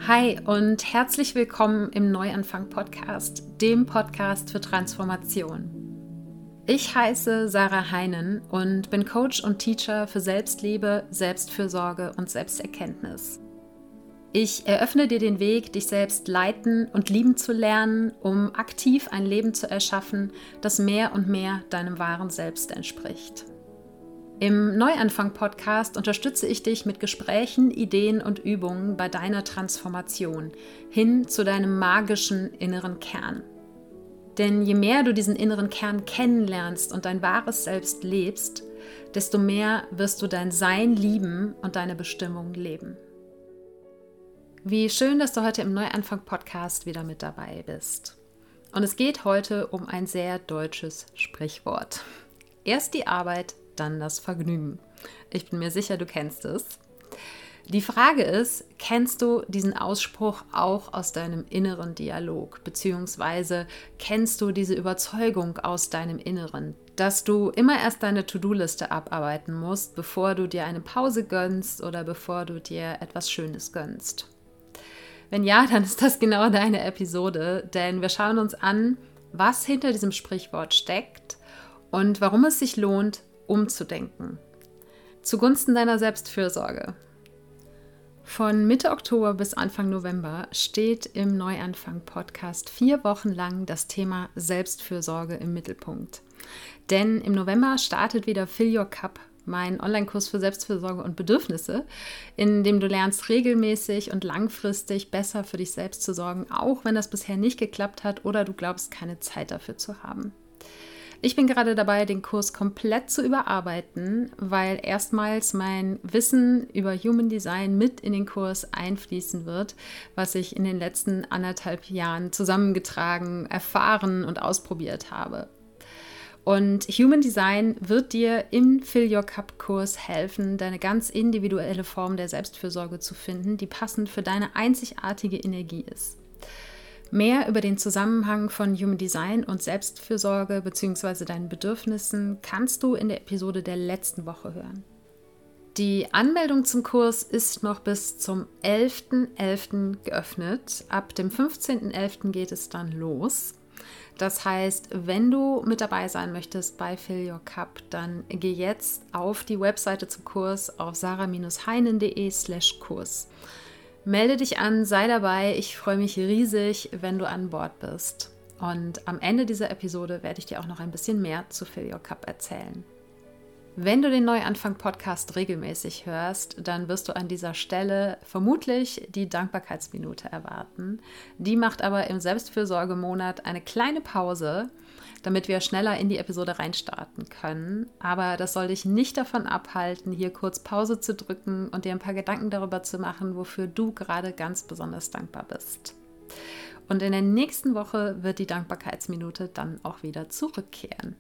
Hi und herzlich willkommen im Neuanfang-Podcast, dem Podcast für Transformation. Ich heiße Sarah Heinen und bin Coach und Teacher für Selbstliebe, Selbstfürsorge und Selbsterkenntnis. Ich eröffne dir den Weg, dich selbst leiten und lieben zu lernen, um aktiv ein Leben zu erschaffen, das mehr und mehr deinem wahren Selbst entspricht. Im Neuanfang-Podcast unterstütze ich dich mit Gesprächen, Ideen und Übungen bei deiner Transformation hin zu deinem magischen inneren Kern. Denn je mehr du diesen inneren Kern kennenlernst und dein wahres Selbst lebst, desto mehr wirst du dein Sein lieben und deine Bestimmung leben. Wie schön, dass du heute im Neuanfang-Podcast wieder mit dabei bist. Und es geht heute um ein sehr deutsches Sprichwort. Erst die Arbeit, dann das Vergnügen. Ich bin mir sicher, du kennst es. Die Frage ist, kennst du diesen Ausspruch auch aus deinem inneren Dialog? Beziehungsweise kennst du diese Überzeugung aus deinem Inneren, dass du immer erst deine To-Do-Liste abarbeiten musst, bevor du dir eine Pause gönnst oder bevor du dir etwas Schönes gönnst? Wenn ja, dann ist das genau deine Episode, denn wir schauen uns an, was hinter diesem Sprichwort steckt und warum es sich lohnt, umzudenken. Zugunsten deiner Selbstfürsorge. Von Mitte Oktober bis Anfang November steht im Neuanfang-Podcast 4 Wochen lang das Thema Selbstfürsorge im Mittelpunkt. Denn im November startet wieder Fill Your Cup, mein Online-Kurs für Selbstfürsorge und Bedürfnisse, in dem du lernst, regelmäßig und langfristig besser für dich selbst zu sorgen, auch wenn das bisher nicht geklappt hat oder du glaubst, keine Zeit dafür zu haben. Ich bin gerade dabei, den Kurs komplett zu überarbeiten, weil erstmals mein Wissen über Human Design mit in den Kurs einfließen wird, was ich in den letzten 1,5 Jahren zusammengetragen, erfahren und ausprobiert habe. Und Human Design wird dir im Fill Your Cup Kurs helfen, deine ganz individuelle Form der Selbstfürsorge zu finden, die passend für deine einzigartige Energie ist. Mehr über den Zusammenhang von Human Design und Selbstfürsorge bzw. deinen Bedürfnissen kannst du in der Episode der letzten Woche hören. Die Anmeldung zum Kurs ist noch bis zum 11.11. geöffnet. Ab dem 15.11. geht es dann los. Das heißt, wenn du mit dabei sein möchtest bei Fill Your Cup, dann geh jetzt auf die Webseite zum Kurs auf sarah-heinen.de/Kurs. Melde dich an, sei dabei. Ich freue mich riesig, wenn du an Bord bist. Und am Ende dieser Episode werde ich dir auch noch ein bisschen mehr zu Fill Your Cup erzählen. Wenn du den Neuanfang-Podcast regelmäßig hörst, dann wirst du an dieser Stelle vermutlich die Dankbarkeitsminute erwarten. Die macht aber im Selbstfürsorgemonat eine kleine Pause, damit wir schneller in die Episode reinstarten können. Aber das soll dich nicht davon abhalten, hier kurz Pause zu drücken und dir ein paar Gedanken darüber zu machen, wofür du gerade ganz besonders dankbar bist. Und in der nächsten Woche wird die Dankbarkeitsminute dann auch wieder zurückkehren.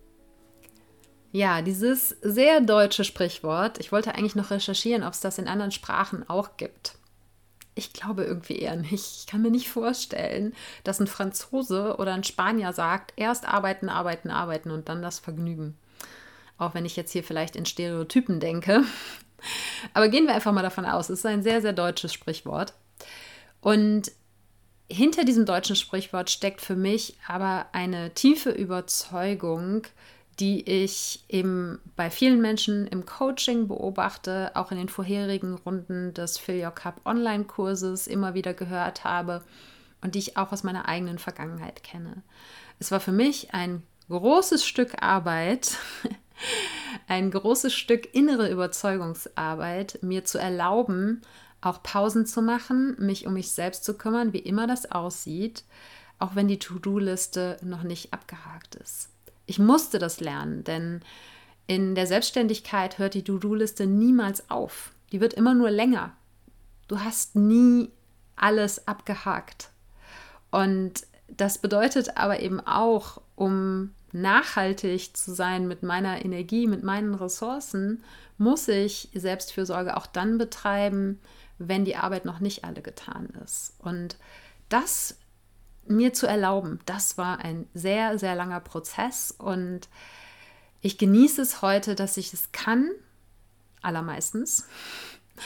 Ja, dieses sehr deutsche Sprichwort, ich wollte eigentlich noch recherchieren, ob es das in anderen Sprachen auch gibt. Ich glaube irgendwie eher nicht. Ich kann mir nicht vorstellen, dass ein Franzose oder ein Spanier sagt, erst arbeiten, arbeiten, arbeiten und dann das Vergnügen. Auch wenn ich jetzt hier vielleicht in Stereotypen denke. Aber gehen wir einfach mal davon aus, es ist ein sehr, sehr deutsches Sprichwort. Und hinter diesem deutschen Sprichwort steckt für mich aber eine tiefe Überzeugung, die ich eben bei vielen Menschen im Coaching beobachte, auch in den vorherigen Runden des Fill Your Cup Online-Kurses immer wieder gehört habe und die ich auch aus meiner eigenen Vergangenheit kenne. Es war für mich ein großes Stück Arbeit, ein großes Stück innere Überzeugungsarbeit, mir zu erlauben, auch Pausen zu machen, mich um mich selbst zu kümmern, wie immer das aussieht, auch wenn die To-Do-Liste noch nicht abgehakt ist. Ich musste das lernen, denn in der Selbstständigkeit hört die To-Do-Liste niemals auf. Die wird immer nur länger. Du hast nie alles abgehakt. Und das bedeutet aber eben auch, um nachhaltig zu sein mit meiner Energie, mit meinen Ressourcen, muss ich Selbstfürsorge auch dann betreiben, wenn die Arbeit noch nicht alle getan ist. Und das mir zu erlauben, das war ein sehr, sehr langer Prozess und ich genieße es heute, dass ich es kann, allermeistens. Es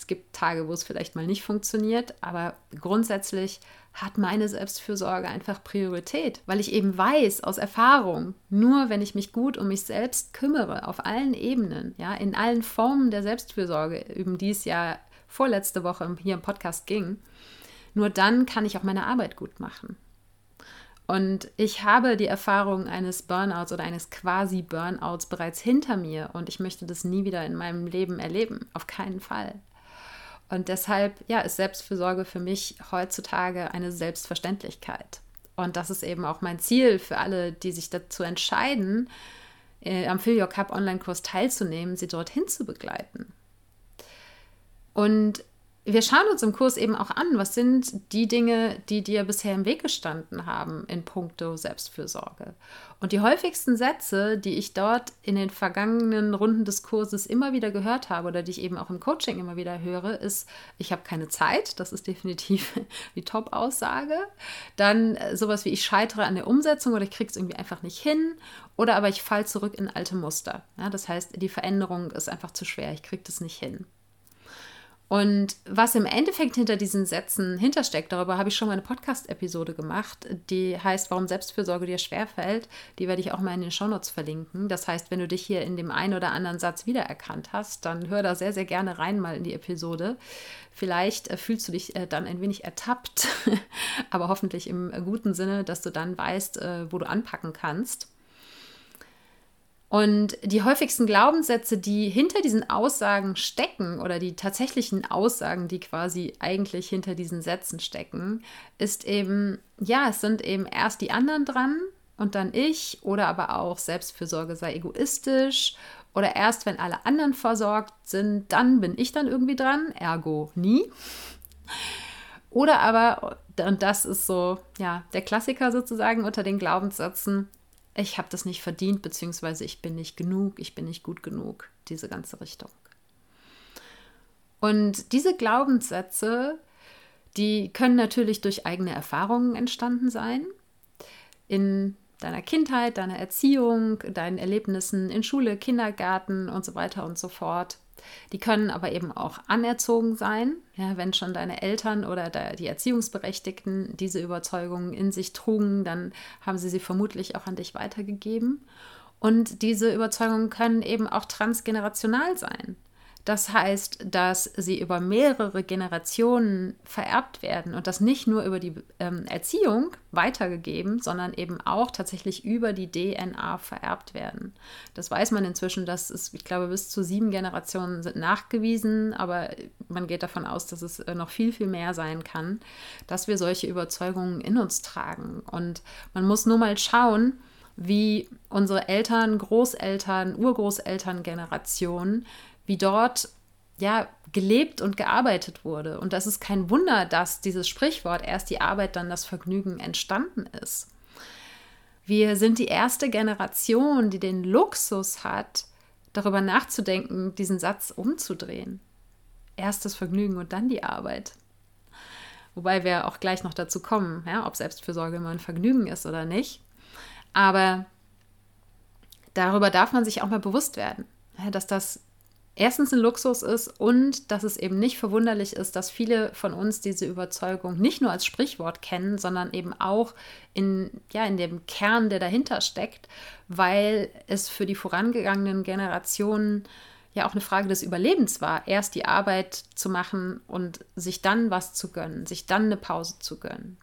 Es gibt Tage, wo es vielleicht mal nicht funktioniert, aber grundsätzlich hat meine Selbstfürsorge einfach Priorität, weil ich eben weiß aus Erfahrung, nur wenn ich mich gut um mich selbst kümmere, auf allen Ebenen, ja, in allen Formen der Selbstfürsorge, um die es ja vorletzte Woche hier im Podcast ging, nur dann kann ich auch meine Arbeit gut machen. Und ich habe die Erfahrung eines Burnouts oder eines Quasi-Burnouts bereits hinter mir und ich möchte das nie wieder in meinem Leben erleben, auf keinen Fall. Und deshalb, ja, ist Selbstfürsorge für mich heutzutage eine Selbstverständlichkeit. Und das ist eben auch mein Ziel für alle, die sich dazu entscheiden, am Fill Your Cup Online-Kurs teilzunehmen, sie dorthin zu begleiten. Und wir schauen uns im Kurs eben auch an, was sind die Dinge, die dir bisher im Weg gestanden haben in puncto Selbstfürsorge. Und die häufigsten Sätze, die ich dort in den vergangenen Runden des Kurses immer wieder gehört habe oder die ich eben auch im Coaching immer wieder höre, ist, ich habe keine Zeit. Das ist definitiv die Top-Aussage. Dann sowas wie, ich scheitere an der Umsetzung oder ich kriege es irgendwie einfach nicht hin. Oder aber ich falle zurück in alte Muster. Ja, das heißt, die Veränderung ist einfach zu schwer, ich kriege das nicht hin. Und was im Endeffekt hinter diesen Sätzen hintersteckt, darüber habe ich schon mal eine Podcast-Episode gemacht, die heißt, warum Selbstfürsorge dir schwerfällt. Die werde ich auch mal in den Shownotes verlinken. Das heißt, wenn du dich hier in dem einen oder anderen Satz wiedererkannt hast, dann hör da sehr, sehr gerne rein mal in die Episode. Vielleicht fühlst du dich dann ein wenig ertappt, aber hoffentlich im guten Sinne, dass du dann weißt, wo du anpacken kannst. Und die häufigsten Glaubenssätze, die hinter diesen Aussagen stecken oder die tatsächlichen Aussagen, die quasi eigentlich hinter diesen Sätzen stecken, ist eben, ja, es sind eben erst die anderen dran und dann ich oder aber auch Selbstfürsorge sei egoistisch oder erst wenn alle anderen versorgt sind, dann bin ich dann irgendwie dran, ergo nie. Oder aber, und das ist so, ja, der Klassiker sozusagen unter den Glaubenssätzen, ich habe das nicht verdient, beziehungsweise ich bin nicht genug, ich bin nicht gut genug, diese ganze Richtung. Und diese Glaubenssätze, die können natürlich durch eigene Erfahrungen entstanden sein, in deiner Kindheit, deiner Erziehung, deinen Erlebnissen in Schule, Kindergarten und so weiter und so fort. Die können aber eben auch anerzogen sein, ja, wenn schon deine Eltern oder die Erziehungsberechtigten diese Überzeugungen in sich trugen, dann haben sie vermutlich auch an dich weitergegeben. Und diese Überzeugungen können eben auch transgenerational sein. Das heißt, dass sie über mehrere Generationen vererbt werden und das nicht nur über die Erziehung weitergegeben, sondern eben auch tatsächlich über die DNA vererbt werden. Das weiß man inzwischen, dass es, ich glaube, bis zu 7 Generationen sind nachgewiesen, aber man geht davon aus, dass es noch viel, viel mehr sein kann, dass wir solche Überzeugungen in uns tragen. Und man muss nur mal schauen, wie unsere Eltern, Großeltern, Urgroßeltern-Generation, wie dort ja gelebt und gearbeitet wurde. Und das ist kein Wunder, dass dieses Sprichwort erst die Arbeit, dann das Vergnügen entstanden ist. Wir sind die erste Generation, die den Luxus hat, darüber nachzudenken, diesen Satz umzudrehen. Erst das Vergnügen und dann die Arbeit. Wobei wir auch gleich noch dazu kommen, ja, ob Selbstfürsorge immer ein Vergnügen ist oder nicht. Aber darüber darf man sich auch mal bewusst werden, ja, dass das erstens ein Luxus ist und dass es eben nicht verwunderlich ist, dass viele von uns diese Überzeugung nicht nur als Sprichwort kennen, sondern eben auch in dem Kern, der dahinter steckt, weil es für die vorangegangenen Generationen ja auch eine Frage des Überlebens war, erst die Arbeit zu machen und sich dann was zu gönnen, sich dann eine Pause zu gönnen.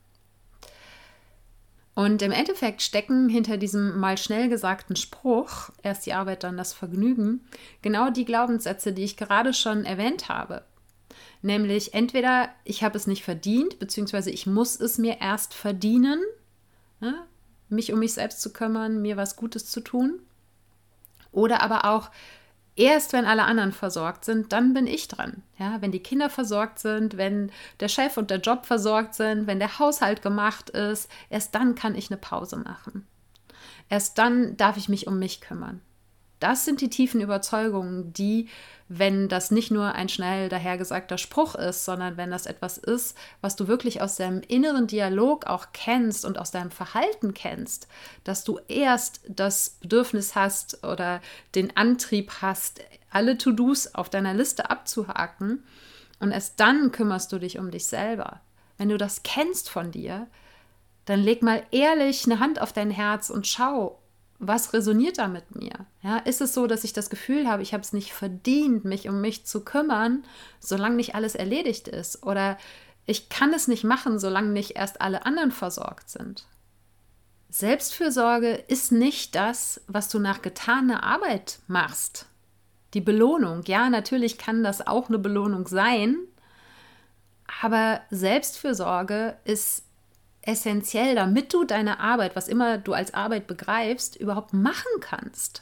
Und im Endeffekt stecken hinter diesem mal schnell gesagten Spruch, erst die Arbeit, dann das Vergnügen, genau die Glaubenssätze, die ich gerade schon erwähnt habe. Nämlich entweder ich habe es nicht verdient, beziehungsweise ich muss es mir erst verdienen, ne, mich um mich selbst zu kümmern, mir was Gutes zu tun. Oder aber auch, erst wenn alle anderen versorgt sind, dann bin ich dran. Ja, wenn die Kinder versorgt sind, wenn der Chef und der Job versorgt sind, wenn der Haushalt gemacht ist, erst dann kann ich eine Pause machen. Erst dann darf ich mich um mich kümmern. Das sind die tiefen Überzeugungen, die, wenn das nicht nur ein schnell dahergesagter Spruch ist, sondern wenn das etwas ist, was du wirklich aus deinem inneren Dialog auch kennst und aus deinem Verhalten kennst, dass du erst das Bedürfnis hast oder den Antrieb hast, alle To-Dos auf deiner Liste abzuhaken, Und erst dann kümmerst du dich um dich selber. Wenn du das kennst von dir, dann leg mal ehrlich eine Hand auf dein Herz und schau, was resoniert da mit mir? Ja, ist es so, dass ich das Gefühl habe, ich habe es nicht verdient, mich um mich zu kümmern, solange nicht alles erledigt ist? Oder ich kann es nicht machen, solange nicht erst alle anderen versorgt sind? Selbstfürsorge ist nicht das, was du nach getaner Arbeit machst. Die Belohnung, ja, natürlich kann das auch eine Belohnung sein, aber Selbstfürsorge ist essentiell, damit du deine Arbeit, was immer du als Arbeit begreifst, überhaupt machen kannst.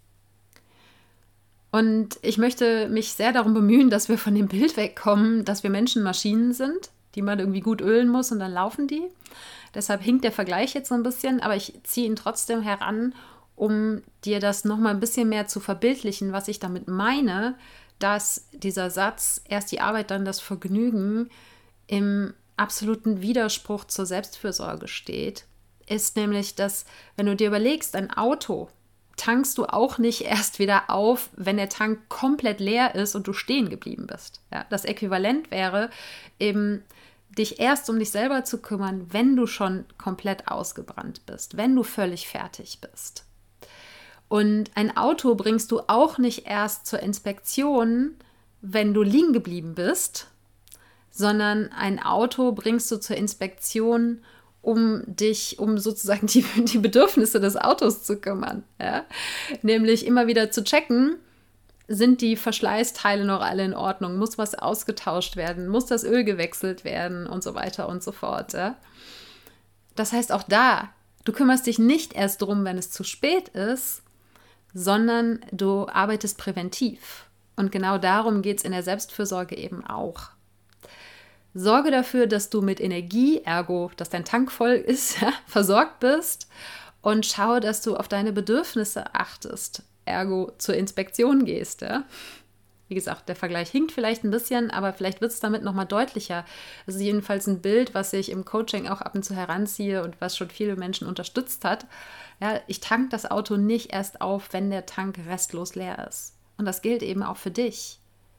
Und ich möchte mich sehr darum bemühen, dass wir von dem Bild wegkommen, dass wir Menschen Maschinen sind, die man irgendwie gut ölen muss und dann laufen die. Deshalb hinkt der Vergleich jetzt so ein bisschen, aber ich ziehe ihn trotzdem heran, um dir das nochmal ein bisschen mehr zu verbildlichen, was ich damit meine, dass dieser Satz, erst die Arbeit, dann das Vergnügen, im absoluten Widerspruch zur Selbstfürsorge steht, ist nämlich, dass, wenn du dir überlegst, ein Auto tankst du auch nicht erst wieder auf, wenn der Tank komplett leer ist und du stehen geblieben bist. Ja, das Äquivalent wäre eben, dich erst um dich selber zu kümmern, wenn du schon komplett ausgebrannt bist, wenn du völlig fertig bist. Und ein Auto bringst du auch nicht erst zur Inspektion, wenn du liegen geblieben bist, sondern ein Auto bringst du zur Inspektion, um sozusagen die Bedürfnisse des Autos zu kümmern. Ja? Nämlich immer wieder zu checken, sind die Verschleißteile noch alle in Ordnung? Muss was ausgetauscht werden? Muss das Öl gewechselt werden? Und so weiter und so fort. Ja? Das heißt auch da, du kümmerst dich nicht erst drum, wenn es zu spät ist, sondern du arbeitest präventiv. Und genau darum geht es in der Selbstfürsorge eben auch. Sorge dafür, dass du mit Energie, ergo, dass dein Tank voll ist, ja, versorgt bist, und schaue, dass du auf deine Bedürfnisse achtest, ergo zur Inspektion gehst. Ja. Wie gesagt, der Vergleich hinkt vielleicht ein bisschen, aber vielleicht wird es damit nochmal deutlicher. Das ist jedenfalls ein Bild, was ich im Coaching auch ab und zu heranziehe und was schon viele Menschen unterstützt hat. Ja, ich tanke das Auto nicht erst auf, wenn der Tank restlos leer ist. Und das gilt eben auch für dich.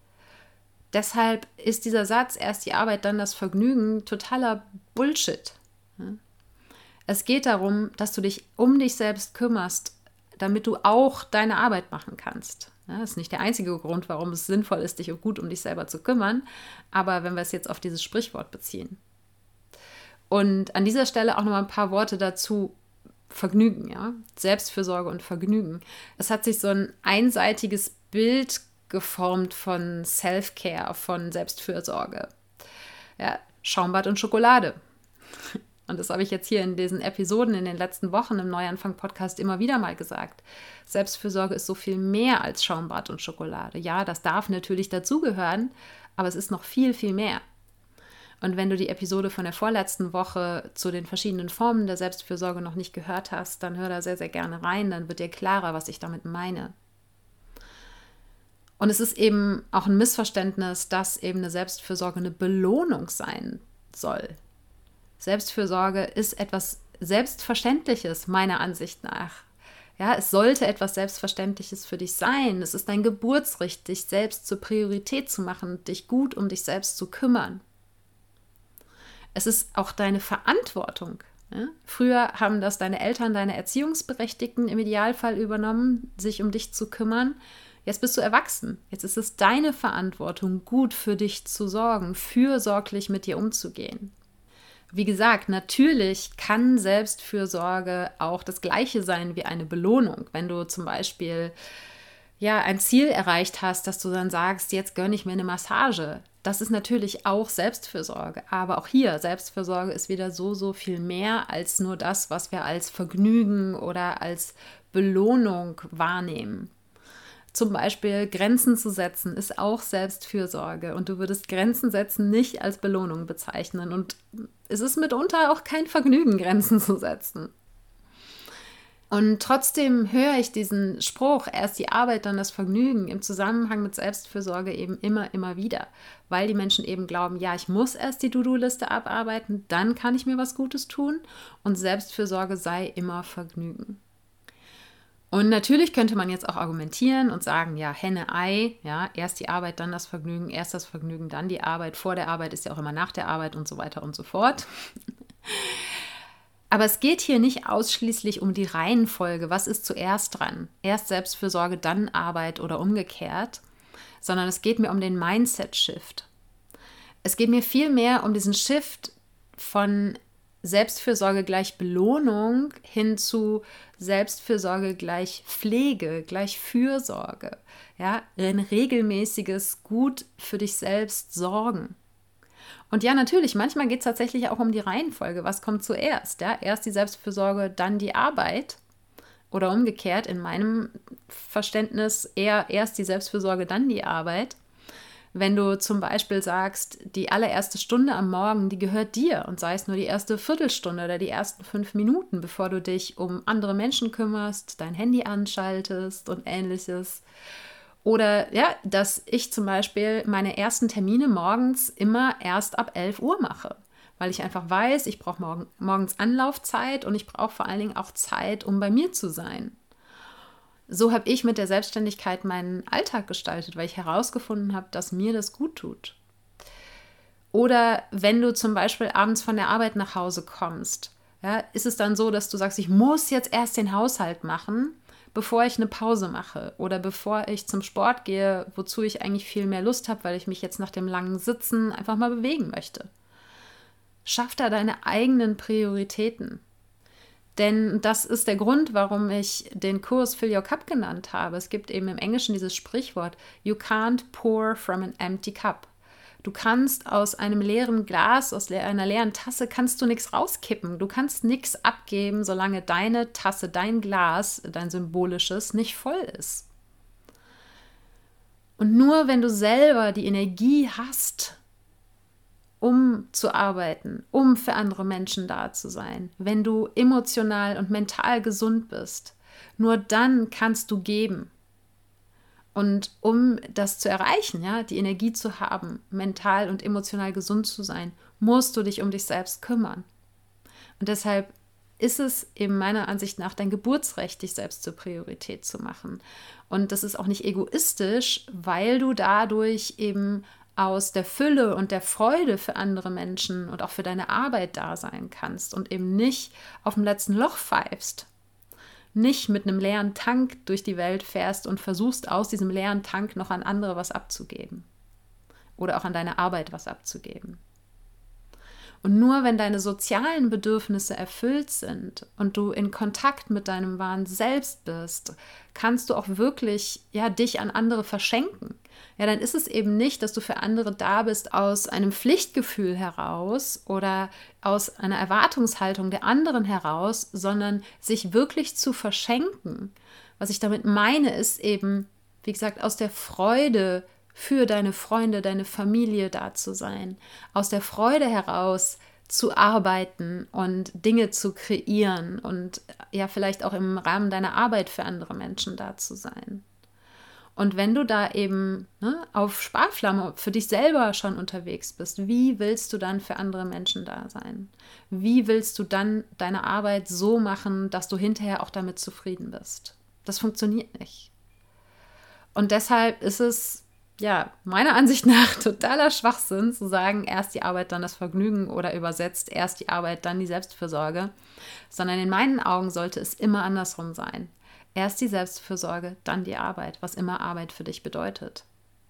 Deshalb ist dieser Satz, erst die Arbeit, dann das Vergnügen, totaler Bullshit. Es geht darum, dass du dich um dich selbst kümmerst, damit du auch deine Arbeit machen kannst. Das ist nicht der einzige Grund, warum es sinnvoll ist, dich gut um dich selber zu kümmern, aber wenn wir es jetzt auf dieses Sprichwort beziehen. Und an dieser Stelle auch noch mal ein paar Worte dazu. Vergnügen, ja, Selbstfürsorge und Vergnügen. Es hat sich so ein einseitiges Bild geformt von Self-Care, von Selbstfürsorge. Ja, Schaumbad und Schokolade. Und das habe ich jetzt hier in diesen Episoden in den letzten Wochen im Neuanfang-Podcast immer wieder mal gesagt. Selbstfürsorge ist so viel mehr als Schaumbad und Schokolade. Ja, das darf natürlich dazugehören, aber es ist noch viel, viel mehr. Und wenn du die Episode von der vorletzten Woche zu den verschiedenen Formen der Selbstfürsorge noch nicht gehört hast, dann hör da sehr, sehr gerne rein, dann wird dir klarer, was ich damit meine. Und es ist eben auch ein Missverständnis, dass eben eine Selbstfürsorge eine Belohnung sein soll. Selbstfürsorge ist etwas Selbstverständliches, meiner Ansicht nach. Ja, es sollte etwas Selbstverständliches für dich sein. Es ist dein Geburtsrecht, dich selbst zur Priorität zu machen, dich gut um dich selbst zu kümmern. Es ist auch deine Verantwortung. Ja? Früher haben das deine Eltern, deine Erziehungsberechtigten im Idealfall übernommen, sich um dich zu kümmern. Jetzt bist du erwachsen. Jetzt ist es deine Verantwortung, gut für dich zu sorgen, fürsorglich mit dir umzugehen. Wie gesagt, natürlich kann Selbstfürsorge auch das Gleiche sein wie eine Belohnung. Wenn du zum Beispiel ein Ziel erreicht hast, dass du dann sagst, jetzt gönne ich mir eine Massage. Das ist natürlich auch Selbstfürsorge. Aber auch hier, Selbstfürsorge ist wieder so viel mehr als nur das, was wir als Vergnügen oder als Belohnung wahrnehmen. Zum Beispiel Grenzen zu setzen, ist auch Selbstfürsorge. Und du würdest Grenzen setzen nicht als Belohnung bezeichnen. Und es ist mitunter auch kein Vergnügen, Grenzen zu setzen. Und trotzdem höre ich diesen Spruch, erst die Arbeit, dann das Vergnügen, im Zusammenhang mit Selbstfürsorge eben immer wieder. Weil die Menschen eben glauben, ja, ich muss erst die To-Do-Liste abarbeiten, dann kann ich mir was Gutes tun. Und Selbstfürsorge sei immer Vergnügen. Und natürlich könnte man jetzt auch argumentieren und sagen, ja, Henne, Ei, ja, erst die Arbeit, dann das Vergnügen, erst das Vergnügen, dann die Arbeit, vor der Arbeit ist ja auch immer nach der Arbeit und so weiter und so fort. Aber es geht hier nicht ausschließlich um die Reihenfolge, was ist zuerst dran, erst Selbstfürsorge, dann Arbeit oder umgekehrt, sondern es geht mir um den Mindset-Shift. Es geht mir viel mehr um diesen Shift von Selbstfürsorge gleich Belohnung hin zu Selbstfürsorge gleich Pflege, gleich Fürsorge. Ja, ein regelmäßiges Gut für dich selbst sorgen. Und ja, natürlich, manchmal geht es tatsächlich auch um die Reihenfolge. Was kommt zuerst? Ja, erst die Selbstfürsorge, dann die Arbeit. Oder umgekehrt, in meinem Verständnis eher erst die Selbstfürsorge, dann die Arbeit. Wenn du zum Beispiel sagst, die allererste Stunde am Morgen, die gehört dir und sei es nur die erste Viertelstunde oder die ersten 5 Minuten, bevor du dich um andere Menschen kümmerst, dein Handy anschaltest und ähnliches. Oder ja, dass ich zum Beispiel meine ersten Termine morgens immer erst ab 11 Uhr mache, weil ich einfach weiß, ich brauche morgens Anlaufzeit und ich brauche vor allen Dingen auch Zeit, um bei mir zu sein. So habe ich mit der Selbstständigkeit meinen Alltag gestaltet, weil ich herausgefunden habe, dass mir das gut tut. Oder wenn du zum Beispiel abends von der Arbeit nach Hause kommst, ja, ist es dann so, dass du sagst, ich muss jetzt erst den Haushalt machen, bevor ich eine Pause mache oder bevor ich zum Sport gehe, wozu ich eigentlich viel mehr Lust habe, weil ich mich jetzt nach dem langen Sitzen einfach mal bewegen möchte. Schaff da deine eigenen Prioritäten. Denn das ist der Grund, warum ich den Kurs Fill Your Cup genannt habe. Es gibt eben im Englischen dieses Sprichwort, you can't pour from an empty cup. Du kannst aus einem leeren Glas, aus einer leeren Tasse, kannst du nichts rauskippen. Du kannst nichts abgeben, solange deine Tasse, dein Glas, dein symbolisches, nicht voll ist. Und nur wenn du selber die Energie hast, um zu arbeiten, um für andere Menschen da zu sein, wenn du emotional und mental gesund bist, nur dann kannst du geben. Und um das zu erreichen, ja, die Energie zu haben, mental und emotional gesund zu sein, musst du dich um dich selbst kümmern. Und deshalb ist es eben meiner Ansicht nach dein Geburtsrecht, dich selbst zur Priorität zu machen. Und das ist auch nicht egoistisch, weil du dadurch eben aus der Fülle und der Freude für andere Menschen und auch für deine Arbeit da sein kannst und eben nicht auf dem letzten Loch pfeifst. Nicht mit einem leeren Tank durch die Welt fährst und versuchst aus diesem leeren Tank noch an andere was abzugeben. Oder auch an deine Arbeit was abzugeben. Und nur wenn deine sozialen Bedürfnisse erfüllt sind und du in Kontakt mit deinem wahren Selbst bist, kannst du auch wirklich dich an andere verschenken. Ja, dann ist es eben nicht, dass du für andere da bist aus einem Pflichtgefühl heraus oder aus einer Erwartungshaltung der anderen heraus, sondern sich wirklich zu verschenken. Was ich damit meine, ist eben, wie gesagt, aus der Freude für deine Freunde, deine Familie da zu sein, aus der Freude heraus zu arbeiten und Dinge zu kreieren und ja vielleicht auch im Rahmen deiner Arbeit für andere Menschen da zu sein. Und wenn du da eben auf Sparflamme für dich selber schon unterwegs bist, wie willst du dann für andere Menschen da sein? Wie willst du dann deine Arbeit so machen, dass du hinterher auch damit zufrieden bist? Das funktioniert nicht. Und deshalb ist es meiner Ansicht nach totaler Schwachsinn zu sagen, erst die Arbeit, dann das Vergnügen oder übersetzt, erst die Arbeit, dann die Selbstfürsorge, sondern in meinen Augen sollte es immer andersrum sein. Erst die Selbstfürsorge, dann die Arbeit, was immer Arbeit für dich bedeutet.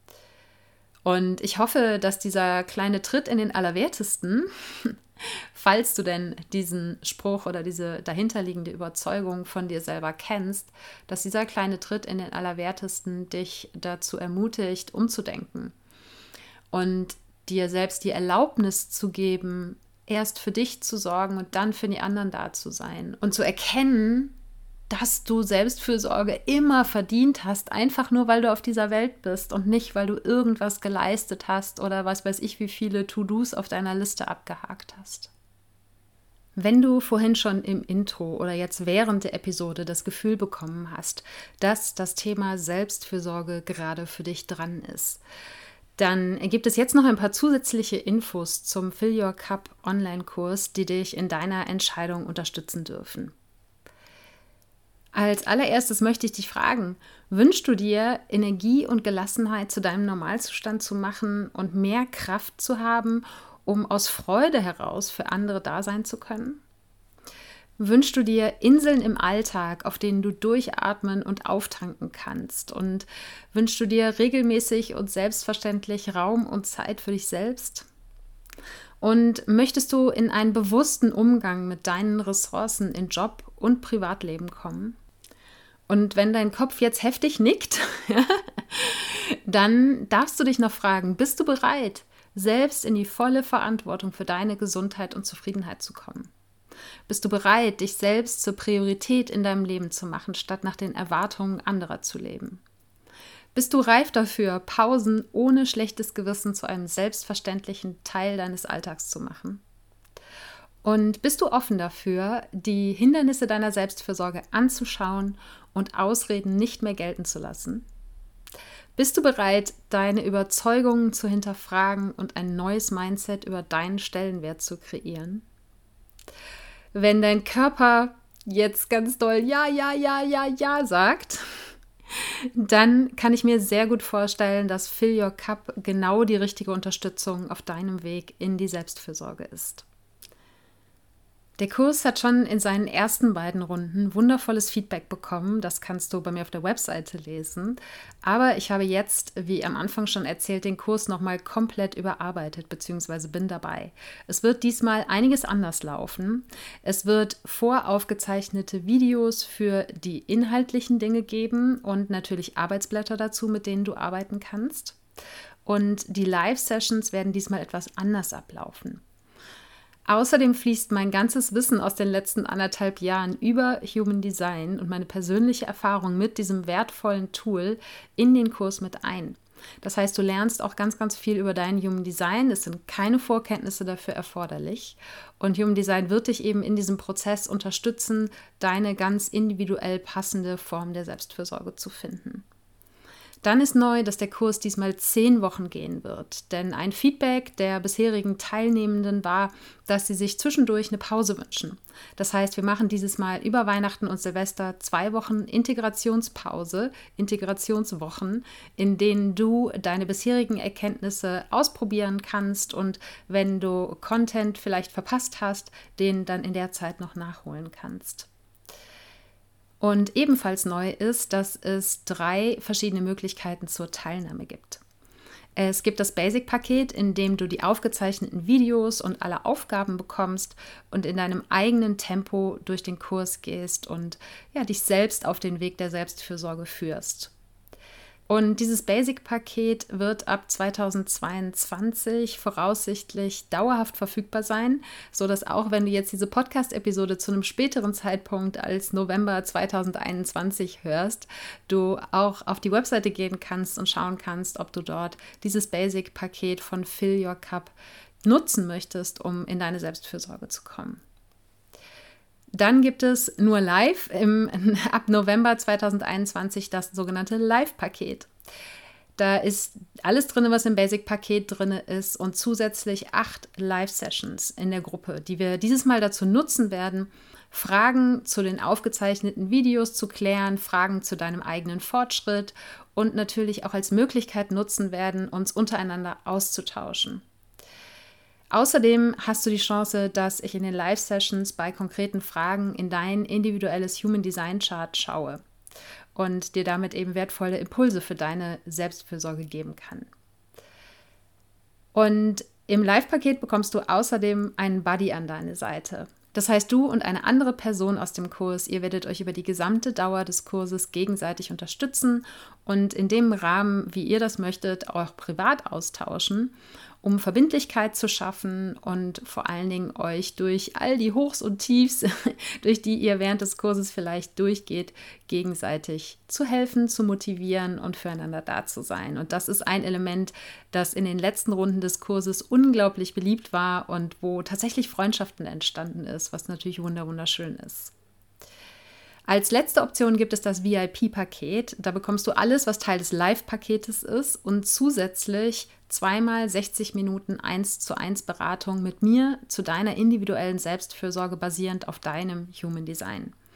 Und ich hoffe, dass dieser kleine Tritt in den Allerwertesten, falls du denn diesen Spruch oder diese dahinterliegende Überzeugung von dir selber kennst, dass dieser kleine Tritt in den Allerwertesten dich dazu ermutigt, umzudenken und dir selbst die Erlaubnis zu geben, erst für dich zu sorgen und dann für die anderen da zu sein und zu erkennen, dass du Selbstfürsorge immer verdient hast, einfach nur, weil du auf dieser Welt bist und nicht, weil du irgendwas geleistet hast oder was weiß ich, wie viele To-Dos auf deiner Liste abgehakt hast. Wenn du vorhin schon im Intro oder jetzt während der Episode das Gefühl bekommen hast, dass das Thema Selbstfürsorge gerade für dich dran ist, dann gibt es jetzt noch ein paar zusätzliche Infos zum Fill Your Cup Online-Kurs, die dich in deiner Entscheidung unterstützen dürfen. Als allererstes möchte ich dich fragen, wünschst du dir, Energie und Gelassenheit zu deinem Normalzustand zu machen und mehr Kraft zu haben, um aus Freude heraus für andere da sein zu können? Wünschst du dir Inseln im Alltag, auf denen du durchatmen und auftanken kannst? Und wünschst du dir regelmäßig und selbstverständlich Raum und Zeit für dich selbst? Und möchtest du in einen bewussten Umgang mit deinen Ressourcen in Job und Privatleben kommen? Und wenn dein Kopf jetzt heftig nickt, dann darfst du dich noch fragen, bist du bereit, selbst in die volle Verantwortung für deine Gesundheit und Zufriedenheit zu kommen? Bist du bereit, dich selbst zur Priorität in deinem Leben zu machen, statt nach den Erwartungen anderer zu leben? Bist du reif dafür, Pausen ohne schlechtes Gewissen zu einem selbstverständlichen Teil deines Alltags zu machen? Und bist du offen dafür, die Hindernisse deiner Selbstfürsorge anzuschauen und Ausreden nicht mehr gelten zu lassen? Bist du bereit, deine Überzeugungen zu hinterfragen und ein neues Mindset über deinen Stellenwert zu kreieren? Wenn dein Körper jetzt ganz doll ja sagt, dann kann ich mir sehr gut vorstellen, dass Fill Your Cup genau die richtige Unterstützung auf deinem Weg in die Selbstfürsorge ist. Der Kurs hat schon in seinen ersten beiden Runden wundervolles Feedback bekommen. Das kannst du bei mir auf der Webseite lesen. Aber ich habe jetzt, wie am Anfang schon erzählt, den Kurs nochmal komplett überarbeitet bzw. bin dabei. Es wird diesmal einiges anders laufen. Es wird voraufgezeichnete Videos für die inhaltlichen Dinge geben und natürlich Arbeitsblätter dazu, mit denen du arbeiten kannst. Und die Live-Sessions werden diesmal etwas anders ablaufen. Außerdem fließt mein ganzes Wissen aus den letzten 1,5 Jahren über Human Design und meine persönliche Erfahrung mit diesem wertvollen Tool in den Kurs mit ein. Das heißt, du lernst auch ganz, ganz viel über dein Human Design. Es sind keine Vorkenntnisse dafür erforderlich. Und Human Design wird dich eben in diesem Prozess unterstützen, deine ganz individuell passende Form der Selbstfürsorge zu finden. Dann ist neu, dass der Kurs diesmal 10 Wochen gehen wird. Denn ein Feedback der bisherigen Teilnehmenden war, dass sie sich zwischendurch eine Pause wünschen. Das heißt, wir machen dieses Mal über Weihnachten und Silvester 2 Wochen Integrationspause, Integrationswochen, in denen du deine bisherigen Erkenntnisse ausprobieren kannst und wenn du Content vielleicht verpasst hast, den dann in der Zeit noch nachholen kannst. Und ebenfalls neu ist, dass es 3 verschiedene Möglichkeiten zur Teilnahme gibt. Es gibt das Basic-Paket, in dem du die aufgezeichneten Videos und alle Aufgaben bekommst und in deinem eigenen Tempo durch den Kurs gehst und dich selbst auf den Weg der Selbstfürsorge führst. Und dieses Basic-Paket wird ab 2022 voraussichtlich dauerhaft verfügbar sein, sodass auch wenn du jetzt diese Podcast-Episode zu einem späteren Zeitpunkt als November 2021 hörst, du auch auf die Webseite gehen kannst und schauen kannst, ob du dort dieses Basic-Paket von Fill Your Cup nutzen möchtest, um in deine Selbstfürsorge zu kommen. Dann gibt es nur live ab November 2021 das sogenannte Live-Paket. Da ist alles drin, was im Basic-Paket drin ist und zusätzlich 8 Live-Sessions in der Gruppe, die wir dieses Mal dazu nutzen werden, Fragen zu den aufgezeichneten Videos zu klären, Fragen zu deinem eigenen Fortschritt und natürlich auch als Möglichkeit nutzen werden, uns untereinander auszutauschen. Außerdem hast du die Chance, dass ich in den Live-Sessions bei konkreten Fragen in dein individuelles Human Design Chart schaue und dir damit eben wertvolle Impulse für deine Selbstfürsorge geben kann. Und im Live-Paket bekommst du außerdem einen Buddy an deine Seite. Das heißt, du und eine andere Person aus dem Kurs, ihr werdet euch über die gesamte Dauer des Kurses gegenseitig unterstützen und in dem Rahmen, wie ihr das möchtet, auch privat austauschen, um Verbindlichkeit zu schaffen und vor allen Dingen euch durch all die Hochs und Tiefs, durch die ihr während des Kurses vielleicht durchgeht, gegenseitig zu helfen, zu motivieren und füreinander da zu sein. Und das ist ein Element, das in den letzten Runden des Kurses unglaublich beliebt war und wo tatsächlich Freundschaften entstanden ist, was natürlich wunderschön ist. Als letzte Option gibt es das VIP-Paket. Da bekommst du alles, was Teil des Live-Paketes ist und zusätzlich 2x 60 Minuten 1:1 Beratung mit mir zu deiner individuellen Selbstfürsorge basierend auf deinem Human Design.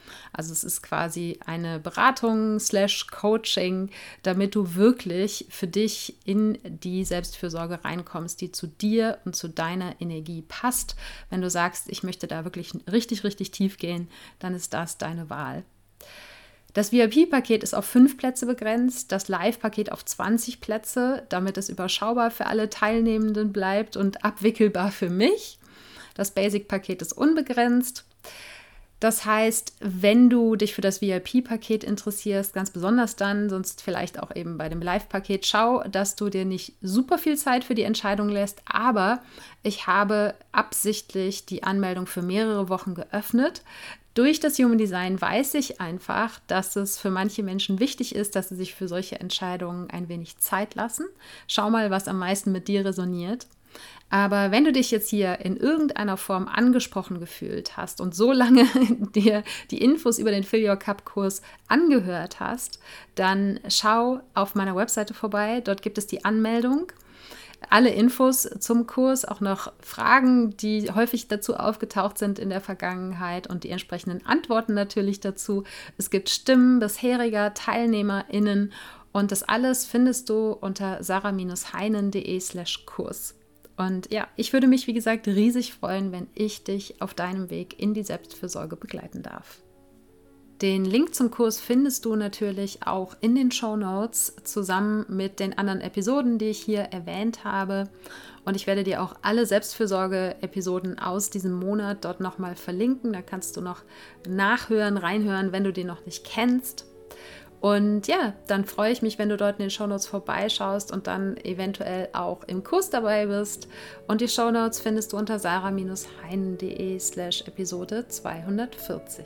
Also es ist quasi eine Beratung / Coaching, damit du wirklich für dich in die Selbstfürsorge reinkommst, die zu dir und zu deiner Energie passt. Wenn du sagst, ich möchte da wirklich richtig, richtig tief gehen, dann ist das deine Wahl. Das VIP-Paket ist auf 5 Plätze begrenzt, das Live-Paket auf 20 Plätze, damit es überschaubar für alle Teilnehmenden bleibt und abwickelbar für mich. Das Basic-Paket ist unbegrenzt. Das heißt, wenn du dich für das VIP-Paket interessierst, ganz besonders dann, sonst vielleicht auch eben bei dem Live-Paket, schau, dass du dir nicht super viel Zeit für die Entscheidung lässt, aber ich habe absichtlich die Anmeldung für mehrere Wochen geöffnet. Durch das Human Design weiß ich einfach, dass es für manche Menschen wichtig ist, dass sie sich für solche Entscheidungen ein wenig Zeit lassen. Schau mal, was am meisten mit dir resoniert. Aber wenn du dich jetzt hier in irgendeiner Form angesprochen gefühlt hast und so lange dir die Infos über den Fill Your Cup Kurs angehört hast, dann schau auf meiner Webseite vorbei. Dort gibt es die Anmeldung. Alle Infos zum Kurs, auch noch Fragen, die häufig dazu aufgetaucht sind in der Vergangenheit und die entsprechenden Antworten natürlich dazu. Es gibt Stimmen bisheriger TeilnehmerInnen und das alles findest du unter sarah-heinen.de/Kurs. Und ja, ich würde mich, wie gesagt, riesig freuen, wenn ich dich auf deinem Weg in die Selbstfürsorge begleiten darf. Den Link zum Kurs findest du natürlich auch in den Shownotes zusammen mit den anderen Episoden, die ich hier erwähnt habe. Und ich werde dir auch alle Selbstfürsorge-Episoden aus diesem Monat dort nochmal verlinken. Da kannst du noch nachhören, reinhören, wenn du den noch nicht kennst. Und ja, dann freue ich mich, wenn du dort in den Shownotes vorbeischaust und dann eventuell auch im Kurs dabei bist. Und die Shownotes findest du unter sarah-heinen.de/Episode 240.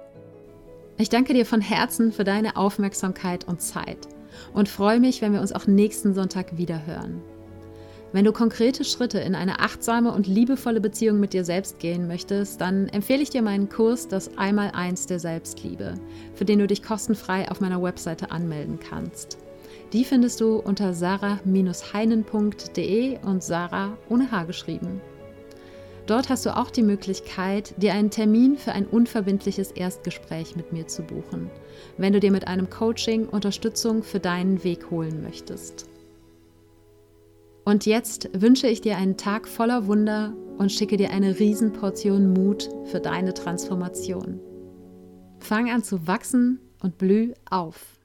Ich danke dir von Herzen für deine Aufmerksamkeit und Zeit und freue mich, wenn wir uns auch nächsten Sonntag wieder hören. Wenn du konkrete Schritte in eine achtsame und liebevolle Beziehung mit dir selbst gehen möchtest, dann empfehle ich dir meinen Kurs Das Einmaleins der Selbstliebe, für den du dich kostenfrei auf meiner Webseite anmelden kannst. Die findest du unter sarah-heinen.de und Sarah ohne H geschrieben. Dort hast du auch die Möglichkeit, dir einen Termin für ein unverbindliches Erstgespräch mit mir zu buchen, wenn du dir mit einem Coaching Unterstützung für deinen Weg holen möchtest. Und jetzt wünsche ich dir einen Tag voller Wunder und schicke dir eine Riesenportion Mut für deine Transformation. Fang an zu wachsen und blüh auf.